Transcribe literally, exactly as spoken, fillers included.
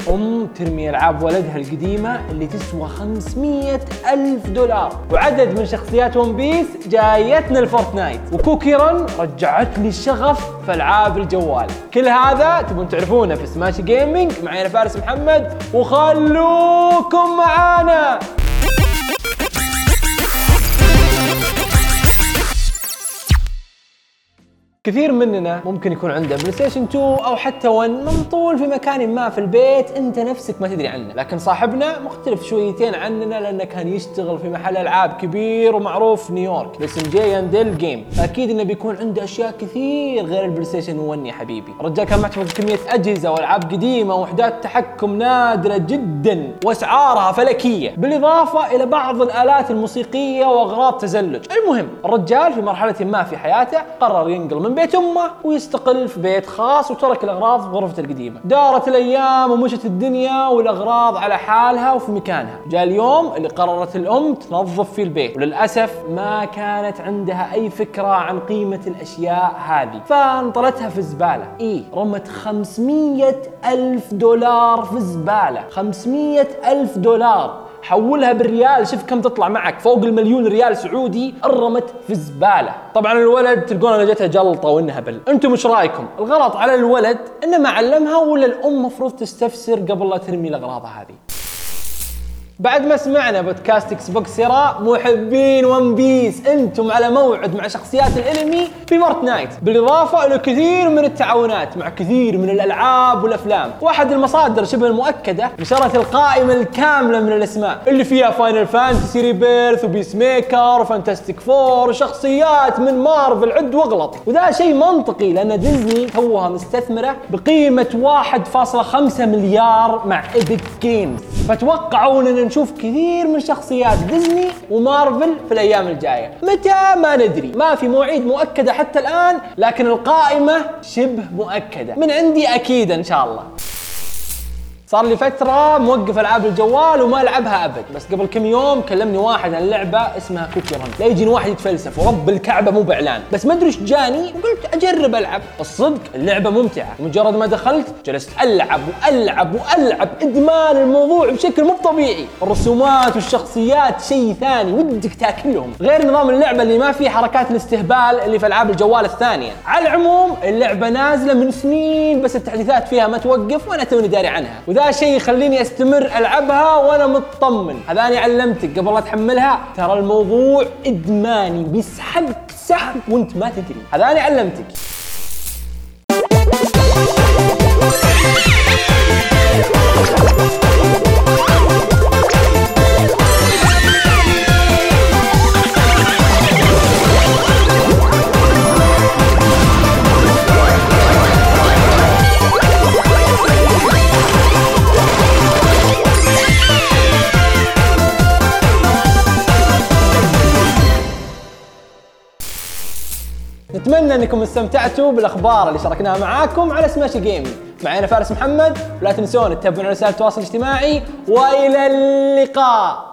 أم ترمي ألعاب ولدها القديمة اللي تسوى خمسمية ألف دولار، وعدد من شخصيات ون بيس جايتنا الفورتنايت، وكوكي رن رجعت لي الشغف في ألعاب الجوال. كل هذا تبون تعرفونه في سماشي جيمنج. معي أنا فارس محمد، وخلوكم معانا. كثير مننا ممكن يكون عنده بلاي ستيشن تو او حتى ون ممطول في مكان ما في البيت انت نفسك ما تدري عنه، لكن صاحبنا مختلف شويتين عننا لانه كان يشتغل في محل العاب كبير ومعروف في نيويورك اسمه جي اند ال جيم. اكيد انه بيكون عنده اشياء كثير غير البلاي ستيشن ون يا حبيبي. الرجال كان محتفظ بكميه اجهزه والعاب قديمه ووحدات تحكم نادره جدا واسعارها فلكيه، بالاضافه الى بعض الالات الموسيقيه واغراض تزلج. المهم الرجال في مرحله ما في حياته قرر ينقل من بيت امه ويستقل في بيت خاص، وترك الاغراض في غرفته القديمه. دارت الايام ومشت الدنيا والاغراض على حالها وفي مكانها. جاء اليوم اللي قررت الام تنظف فيه البيت، وللاسف ما كانت عندها اي فكره عن قيمه الاشياء هذه، فانطلتها في الزباله. ايه رمت خمسمية ألف دولار في الزباله. خمسمية ألف دولار حولها بالريال، شوف كم تطلع معك، فوق المليون ريال سعودي الرمت في الزباله. طبعا الولد تلقون انا جتها جلطه وانها بل. انتم ايش رايكم؟ الغلط على الولد انه ما علمها، ولا الام مفروض تستفسر قبل لا ترمي الاغراض هذه؟ بعد ما سمعنا بودكاست اكس بوكس سراء محبين ون بيس، انتم على موعد مع شخصيات الانمي في فورتنايت، بالاضافه الى كثير من التعاونات مع كثير من الالعاب والافلام. واحد المصادر شبه المؤكده نشرت القائمه الكامله من الاسماء اللي فيها فاينل فانتسي ريبيرث وبيس ميكر وفانتاستيك فور وشخصيات من مارفل عد واغلط. وذا شيء منطقي لان ديزني توها مستثمره بقيمه واحد فاصلة خمسة مليار مع ايبك جيمز، فتوقعوا اننا نشوف كثير من شخصيات ديزني ومارفل في الايام الجايه. متى ما ندري، ما في مواعيد مؤكده حتى الان، لكن القائمه شبه مؤكده من عندي اكيد ان شاء الله. صار لي فترة موقف ألعاب الجوال وما ألعبها أبد، بس قبل كم يوم كلمني واحد عن لعبة اسمها كوكي رن. لا يجيني واحد يتفلسف ورب الكعبة مو بإعلان، بس ما أدري إيش جاني وقلت أجرب ألعب. الصدق اللعبة ممتعة، ومجرد ما دخلت جلست ألعب وألعب وألعب، إدمان الموضوع بشكل مو طبيعي. الرسومات والشخصيات شيء ثاني ودك تاكلهم، غير نظام اللعبة اللي ما فيه حركات الاستهبال اللي في ألعاب الجوال الثانية. على العموم اللعبة نازلة من سنين، بس التحديثات فيها ما توقف وأنا توني داري عنها، ذا شيء يخليني استمر العبها وانا مطمن. هذاني علمتك قبل لا تحملها، ترى الموضوع ادماني بيسحبك سحب وانت ما تدري. هذاني علمتك. نتمنى انكم استمتعتوا بالاخبار اللي شاركناها معاكم على سماشي جيمنج. معي انا فارس محمد، ولا تنسون تتابعونا على وسائل التواصل الاجتماعي، والى اللقاء.